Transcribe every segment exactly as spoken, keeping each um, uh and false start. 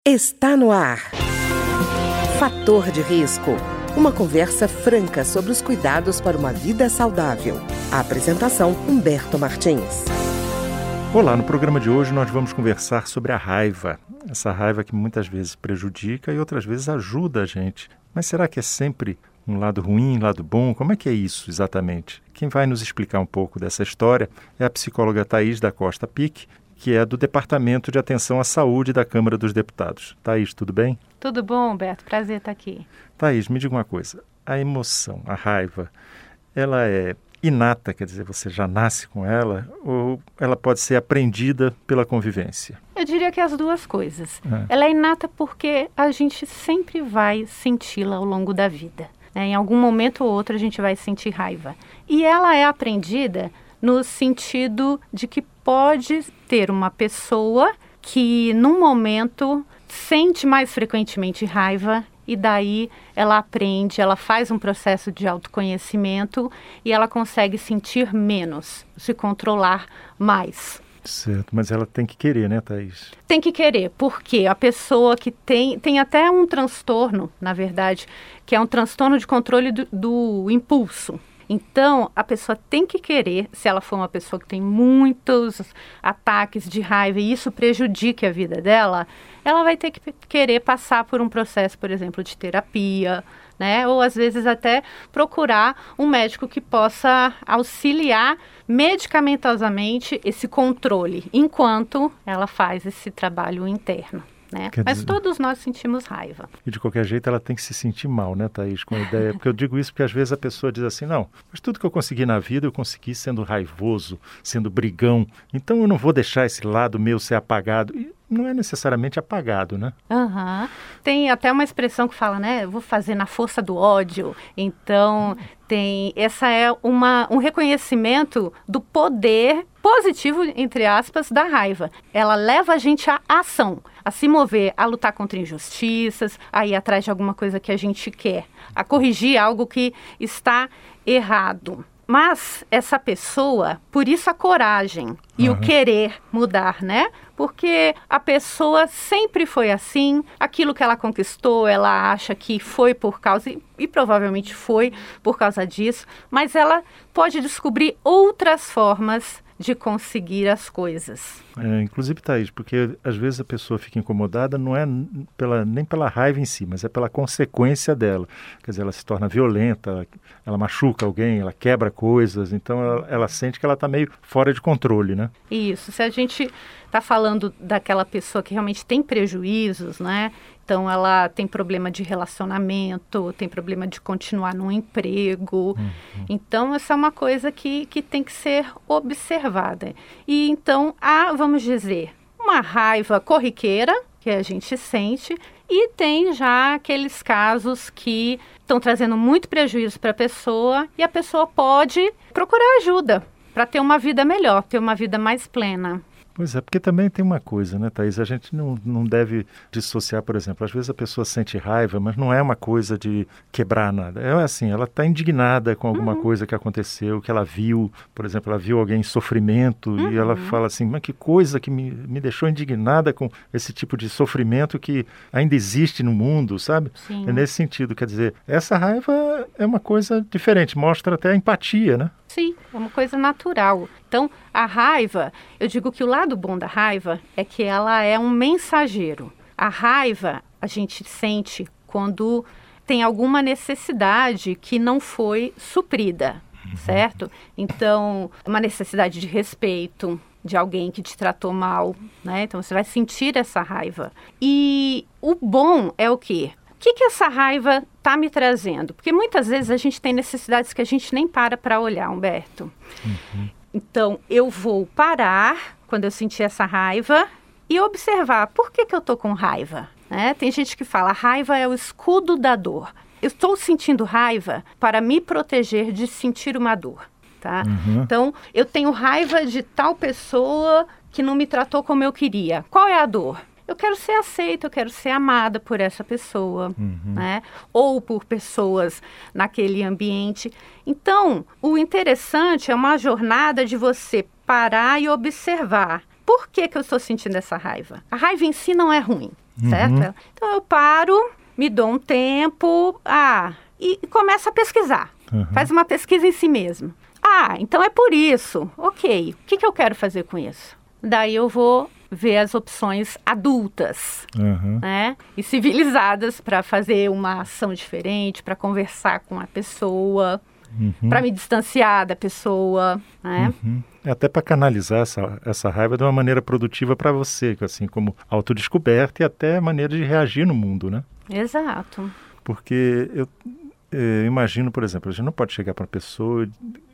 Está no ar. Fator de risco. Uma conversa franca sobre os cuidados para uma vida saudável. A apresentação, Humberto Martins. Olá, no programa de hoje nós vamos conversar sobre a raiva. Essa raiva que muitas vezes prejudica e outras vezes ajuda a gente. Mas será que é sempre um lado ruim, um lado bom? Como é que é isso exatamente? Quem vai nos explicar um pouco dessa história é a psicóloga Thaís da Costa Pique, que é do Departamento de Atenção à Saúde da Câmara dos Deputados. Thaís, tudo bem? Tudo bom, Humberto. Prazer estar aqui. Thaís, me diga uma coisa. A emoção, a raiva, ela é inata, quer dizer, você já nasce com ela, ou ela pode ser aprendida pela convivência? Eu diria que as duas coisas. É. Ela é inata porque a gente sempre vai senti-la ao longo da vida, né? Em algum momento ou outro a gente vai sentir raiva. E ela é aprendida no sentido de que pode ter uma pessoa que, num momento, sente mais frequentemente raiva e daí ela aprende, ela faz um processo de autoconhecimento e ela consegue sentir menos, se controlar mais. Certo, mas ela tem que querer, né, Thaís? Tem que querer, porque a pessoa que tem, tem até um transtorno, na verdade, que é um transtorno de controle do, do impulso. Então, a pessoa tem que querer, se ela for uma pessoa que tem muitos ataques de raiva e isso prejudique a vida dela, ela vai ter que querer passar por um processo, por exemplo, de terapia, né? Ou às vezes até procurar um médico que possa auxiliar medicamentosamente esse controle, enquanto ela faz esse trabalho interno. Né? Mas dizer... todos nós sentimos raiva. E de qualquer jeito ela tem que se sentir mal, né, Thaís, com a ideia. Porque eu digo isso porque às vezes a pessoa diz assim, não, mas tudo que eu consegui na vida eu consegui sendo raivoso, sendo brigão. Então eu não vou deixar esse lado meu ser apagado. E não é necessariamente apagado, né? Uhum. Tem até uma expressão que fala, né, eu vou fazer na força do ódio. Então tem, essa é uma, um reconhecimento do poder positivo, entre aspas, da raiva. Ela leva a gente à ação, a se mover, a lutar contra injustiças, a ir atrás de alguma coisa que a gente quer, a corrigir algo que está errado. Mas essa pessoa, por isso a coragem e uhum. o querer mudar, né? Porque a pessoa sempre foi assim, aquilo que ela conquistou, ela acha que foi por causa, e, e provavelmente foi por causa disso, mas ela pode descobrir outras formas de conseguir as coisas. É, inclusive, Thaís, porque às vezes a pessoa fica incomodada não é pela, nem pela raiva em si, mas é pela consequência dela. Quer dizer, ela se torna violenta, ela, ela machuca alguém, ela quebra coisas, então ela, ela sente que ela está meio fora de controle, né? Isso, se a gente está falando daquela pessoa que realmente tem prejuízos, né? Então, ela tem problema de relacionamento, tem problema de continuar num emprego. Uhum. Então, essa é uma coisa que, que tem que ser observada. E, então, há, vamos dizer, uma raiva corriqueira que a gente sente e tem já aqueles casos que estão trazendo muito prejuízo para a pessoa e a pessoa pode procurar ajuda para ter uma vida melhor, ter uma vida mais plena. Pois é, porque também tem uma coisa, né, Thaís? A gente não, não deve dissociar, por exemplo, às vezes a pessoa sente raiva, mas não é uma coisa de quebrar nada. É assim, ela está indignada com alguma uhum. coisa que aconteceu, que ela viu, por exemplo, ela viu alguém em sofrimento uhum. e ela fala assim, mas que coisa que me, me deixou indignada com esse tipo de sofrimento que ainda existe no mundo, sabe? Sim. É nesse sentido, quer dizer, essa raiva é uma coisa diferente, mostra até a empatia, né? Sim, é uma coisa natural. Então, a raiva, eu digo que o lado bom da raiva é que ela é um mensageiro. A raiva a gente sente quando tem alguma necessidade que não foi suprida, uhum. certo? Então, uma necessidade de respeito de alguém que te tratou mal, né? Então, você vai sentir essa raiva. E o bom é o quê? O que, que essa raiva está me trazendo? Porque muitas vezes a gente tem necessidades que a gente nem para para olhar, Humberto. Uhum. Então, eu vou parar quando eu sentir essa raiva e observar por que, que eu estou com raiva. Né? Tem gente que fala, raiva é o escudo da dor. Eu estou sentindo raiva para me proteger de sentir uma dor. Tá? Uhum. Então, eu tenho raiva de tal pessoa que não me tratou como eu queria. Qual é a dor? Eu quero ser aceita, eu quero ser amada por essa pessoa, uhum. né? Ou por pessoas naquele ambiente. Então, o interessante é uma jornada de você parar e observar. Por que que eu estou sentindo essa raiva? A raiva em si não é ruim. Uhum. certo? Então eu paro, me dou um tempo, ah, e começo a pesquisar. Uhum. Faz uma pesquisa em si mesmo. Ah, então é por isso. Ok, o que, que eu quero fazer com isso? Daí eu vou ver as opções adultas, uhum. né? E civilizadas para fazer uma ação diferente, para conversar com a pessoa, uhum. para me distanciar da pessoa, né? Uhum. Até para canalizar essa, essa raiva de uma maneira produtiva para você, assim como autodescoberta e até maneira de reagir no mundo, né? Exato. Porque eu, eu imagino, por exemplo, a gente não pode chegar para uma pessoa...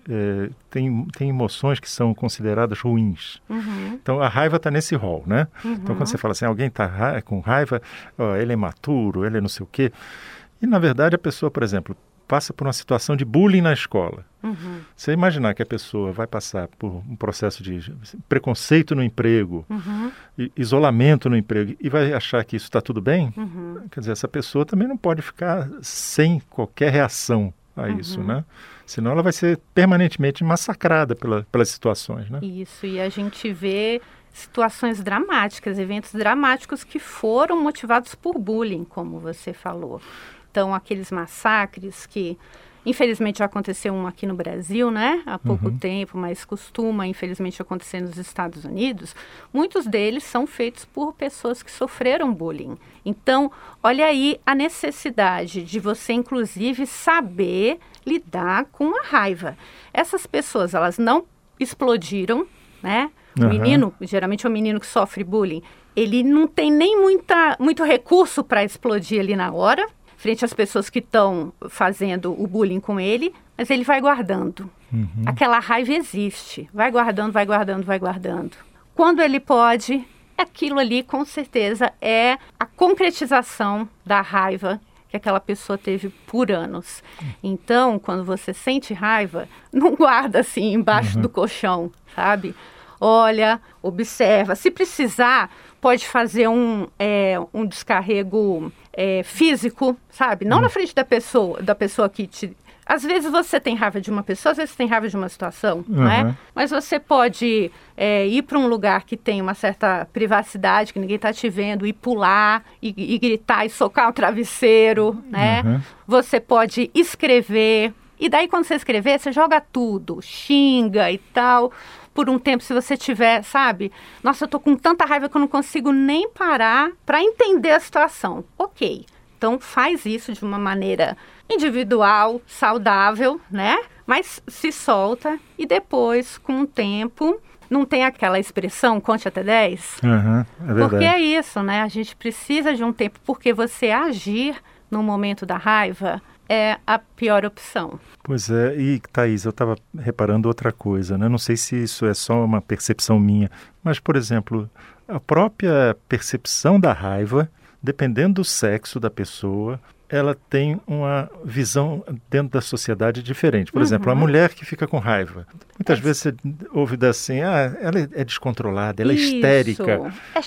É, tem, tem emoções que são consideradas ruins. Uhum. Então, a raiva está nesse rol, né? Uhum. Então, quando você fala assim, alguém está ra- com raiva, ó, ele é imaturo, ele é não sei o quê. E, na verdade, a pessoa, por exemplo, passa por uma situação de bullying na escola. Uhum. Você imaginar que a pessoa vai passar por um processo de preconceito no emprego, uhum. isolamento no emprego, e vai achar que isso está tudo bem, uhum. quer dizer, essa pessoa também não pode ficar sem qualquer reação a isso, uhum. né? Senão ela vai ser permanentemente massacrada pela, pelas situações, né? Isso, e a gente vê situações dramáticas, eventos dramáticos que foram motivados por bullying, como você falou. Então, aqueles massacres que, infelizmente, já aconteceu um aqui no Brasil, né? Há pouco uhum. tempo, mas costuma, infelizmente, acontecer nos Estados Unidos. Muitos deles são feitos por pessoas que sofreram bullying. Então, olha aí a necessidade de você, inclusive, saber lidar com a raiva. Essas pessoas, elas não explodiram, né? O uhum. menino, geralmente é o menino que sofre bullying, ele não tem nem muita, muito recurso para explodir ali na hora, frente às pessoas que estão fazendo o bullying com ele, mas ele vai guardando. Uhum. Aquela raiva existe. Vai guardando, vai guardando, vai guardando. Quando ele pode, aquilo ali, com certeza, é a concretização da raiva que aquela pessoa teve por anos. Então, quando você sente raiva, não guarda assim embaixo uhum. do colchão, sabe? Olha, observa. Se precisar, pode fazer um, é, um descarrego é, físico, sabe? Não uhum. na frente da pessoa, da pessoa que te... Às vezes você tem raiva de uma pessoa, às vezes você tem raiva de uma situação, uhum. não é? Mas você pode é, ir para um lugar que tem uma certa privacidade, que ninguém está te vendo, e pular, e, e gritar, e socar o travesseiro, né? Uhum. Você pode escrever, e daí quando você escrever, você joga tudo, xinga e tal... por um tempo, se você tiver, sabe? Nossa, eu tô com tanta raiva que eu não consigo nem parar para entender a situação. Ok, então faz isso de uma maneira individual, saudável, né? Mas se solta e depois, com o tempo, não tem aquela expressão, conte até dez? Uhum, é verdade. Porque é isso, né? A gente precisa de um tempo, porque você agir no momento da raiva é a pior opção. Pois é, e Thaís, eu estava reparando outra coisa, né? Não sei se isso é só uma percepção minha, mas, por exemplo, a própria percepção da raiva, dependendo do sexo da pessoa, ela tem uma visão dentro da sociedade diferente. Por uhum. exemplo, a mulher que fica com raiva. Muitas é. vezes você ouve assim, ah, ela é descontrolada, ela é Isso. histérica. É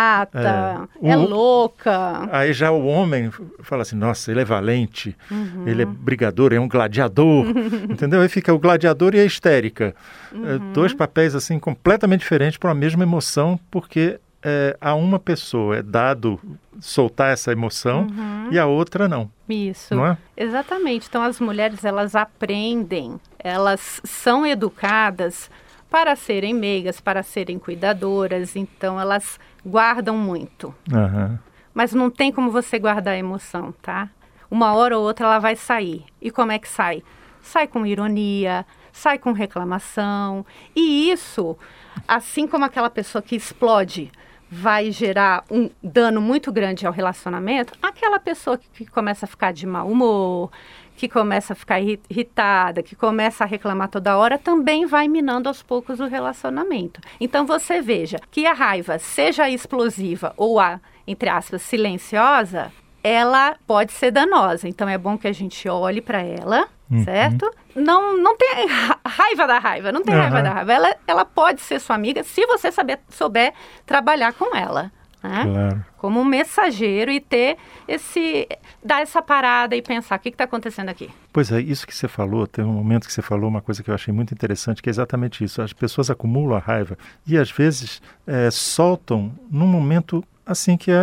chata, é, é o, louca. Aí já o homem fala assim, nossa, ele é valente, uhum. ele é brigador, é um gladiador, entendeu? Aí fica o gladiador e a histérica. Uhum. É, dois papéis assim completamente diferentes para a mesma emoção, porque é, a uma pessoa é dado soltar essa emoção uhum. e a outra não. Isso, não é? Exatamente. Então as mulheres, elas aprendem, elas são educadas para serem meigas, para serem cuidadoras, então elas guardam muito. Uhum. Mas não tem como você guardar a emoção, tá? Uma hora ou outra ela vai sair. E como é que sai? Sai com ironia, sai com reclamação. E isso, assim como aquela pessoa que explode vai gerar um dano muito grande ao relacionamento, aquela pessoa que, que começa a ficar de mau humor, que começa a ficar irritada, que começa a reclamar toda hora, também vai minando aos poucos o relacionamento. Então você veja que a raiva, seja explosiva ou a, entre aspas, silenciosa, ela pode ser danosa. Então é bom que a gente olhe para ela, uhum. certo? Não, não tem raiva da raiva, não tem uhum. raiva da raiva. Ela, ela pode ser sua amiga se você saber, souber trabalhar com ela, né? Claro. Como um mensageiro e ter esse, dar essa parada e pensar, o que está acontecendo aqui? Pois é, isso que você falou, tem um momento que você falou uma coisa que eu achei muito interessante, que é exatamente isso. As pessoas acumulam a raiva e às vezes é, soltam num momento assim que é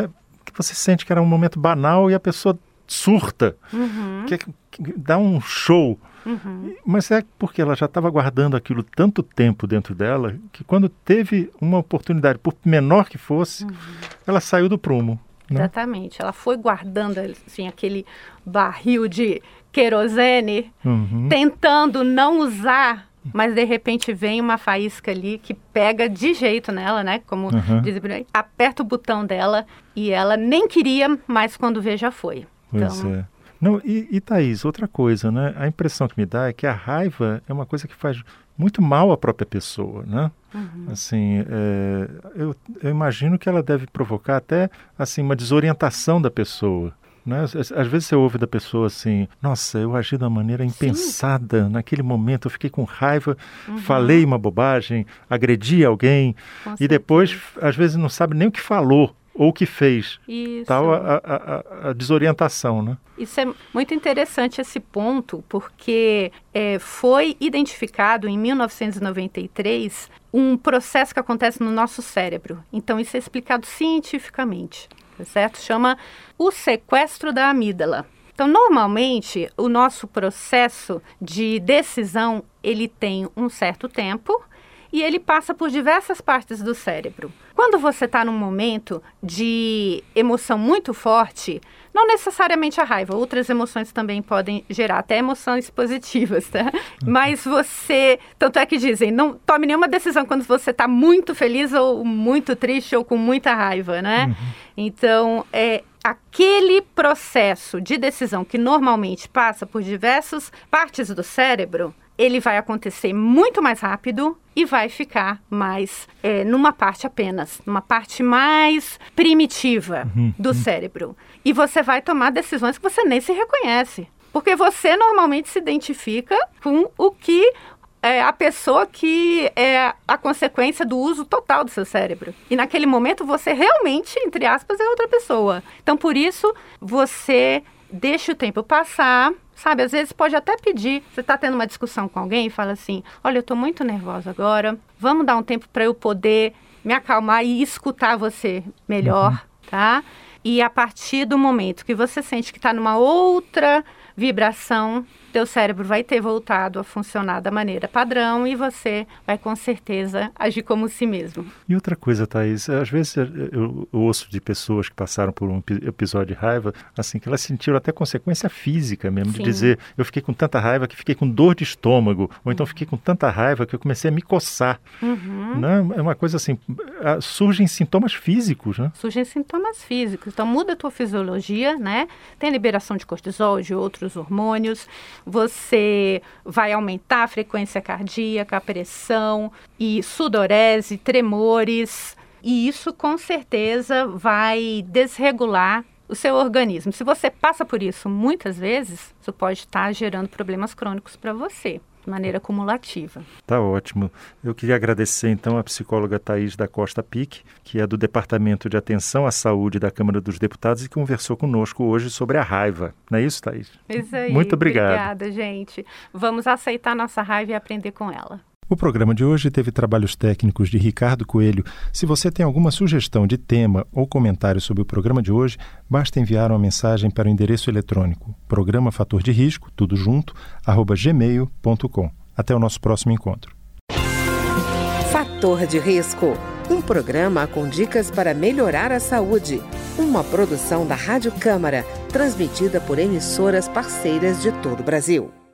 que você sente que era um momento banal e a pessoa surta, Uhum. que, que dá um show. Uhum. Mas é porque ela já estava guardando aquilo tanto tempo dentro dela que quando teve uma oportunidade, por menor que fosse, uhum. ela saiu do prumo. Né? Exatamente. Ela foi guardando assim, aquele barril de querosene, uhum. tentando não usar, mas de repente vem uma faísca ali que pega de jeito nela, né? Como uhum. diz, aperta o botão dela e ela nem queria, mas quando vê já foi. Pois então... é. Não, e, e Thaís, outra coisa, né? A impressão que me dá é que a raiva é uma coisa que faz muito mal à própria pessoa, né? Uhum. Assim, é, eu, eu imagino que ela deve provocar até assim, uma desorientação da pessoa. Né? Às, às vezes você ouve da pessoa assim, nossa, eu agi de uma maneira impensada, Sim. naquele momento eu fiquei com raiva, uhum. falei uma bobagem, agredi alguém com e certeza. Depois às vezes não sabe nem o que falou ou o que fez. Isso. Tal a, a, a, a desorientação, né? Isso é muito interessante esse ponto, porque é, foi identificado em mil novecentos e noventa e três um processo que acontece no nosso cérebro. Então isso é explicado cientificamente. Certo? Chama o sequestro da amígdala. Então, normalmente, o nosso processo de decisão, ele tem um certo tempo e ele passa por diversas partes do cérebro. Quando você está num momento de emoção muito forte, não necessariamente a raiva, outras emoções também podem gerar, até emoções positivas, tá? Mas você, tanto é que dizem, não tome nenhuma decisão quando você está muito feliz ou muito triste ou com muita raiva, né? Uhum. Então, é aquele processo de decisão que normalmente passa por diversas partes do cérebro, ele vai acontecer muito mais rápido e vai ficar mais é, numa parte apenas, numa parte mais primitiva uhum. do cérebro. E você vai tomar decisões que você nem se reconhece. Porque você normalmente se identifica com o que é a pessoa que é a consequência do uso total do seu cérebro. E naquele momento você realmente, entre aspas, é outra pessoa. Então, por isso, você deixa o tempo passar. Sabe, às vezes pode até pedir, você está tendo uma discussão com alguém e fala assim, olha, eu estou muito nervosa agora, vamos dar um tempo para eu poder me acalmar e escutar você melhor, uhum. tá? E a partir do momento que você sente que está numa outra vibração, teu cérebro vai ter voltado a funcionar da maneira padrão e você vai com certeza agir como si mesmo. E outra coisa, Thaís, às vezes eu, eu ouço de pessoas que passaram por um episódio de raiva, assim, que elas sentiram até consequência física mesmo, Sim. de dizer, eu fiquei com tanta raiva que fiquei com dor de estômago, ou então fiquei com tanta raiva que eu comecei a me coçar. Uhum. Né? É uma coisa assim, surgem sintomas físicos, né? Surgem sintomas físicos, então muda a tua fisiologia, né? Tem liberação de cortisol, de outros hormônios, você vai aumentar a frequência cardíaca, a pressão e sudorese, tremores, e isso com certeza vai desregular o seu organismo. Se você passa por isso muitas vezes, isso pode estar gerando problemas crônicos para você, de maneira cumulativa. Tá ótimo. Eu queria agradecer então a psicóloga Thaís da Costa Pique, que é do Departamento de Atenção à Saúde da Câmara dos Deputados e que conversou conosco hoje sobre a raiva. Não é isso, Thaís? Isso aí. Muito obrigado. Obrigada, gente. Vamos aceitar nossa raiva e aprender com ela. O programa de hoje teve trabalhos técnicos de Ricardo Coelho. Se você tem alguma sugestão de tema ou comentário sobre o programa de hoje, basta enviar uma mensagem para o endereço eletrônico programa fator de risco, tudo junto, arroba gmail ponto com. Até o nosso próximo encontro. Fator de Risco, um programa com dicas para melhorar a saúde. Uma produção da Rádio Câmara, transmitida por emissoras parceiras de todo o Brasil.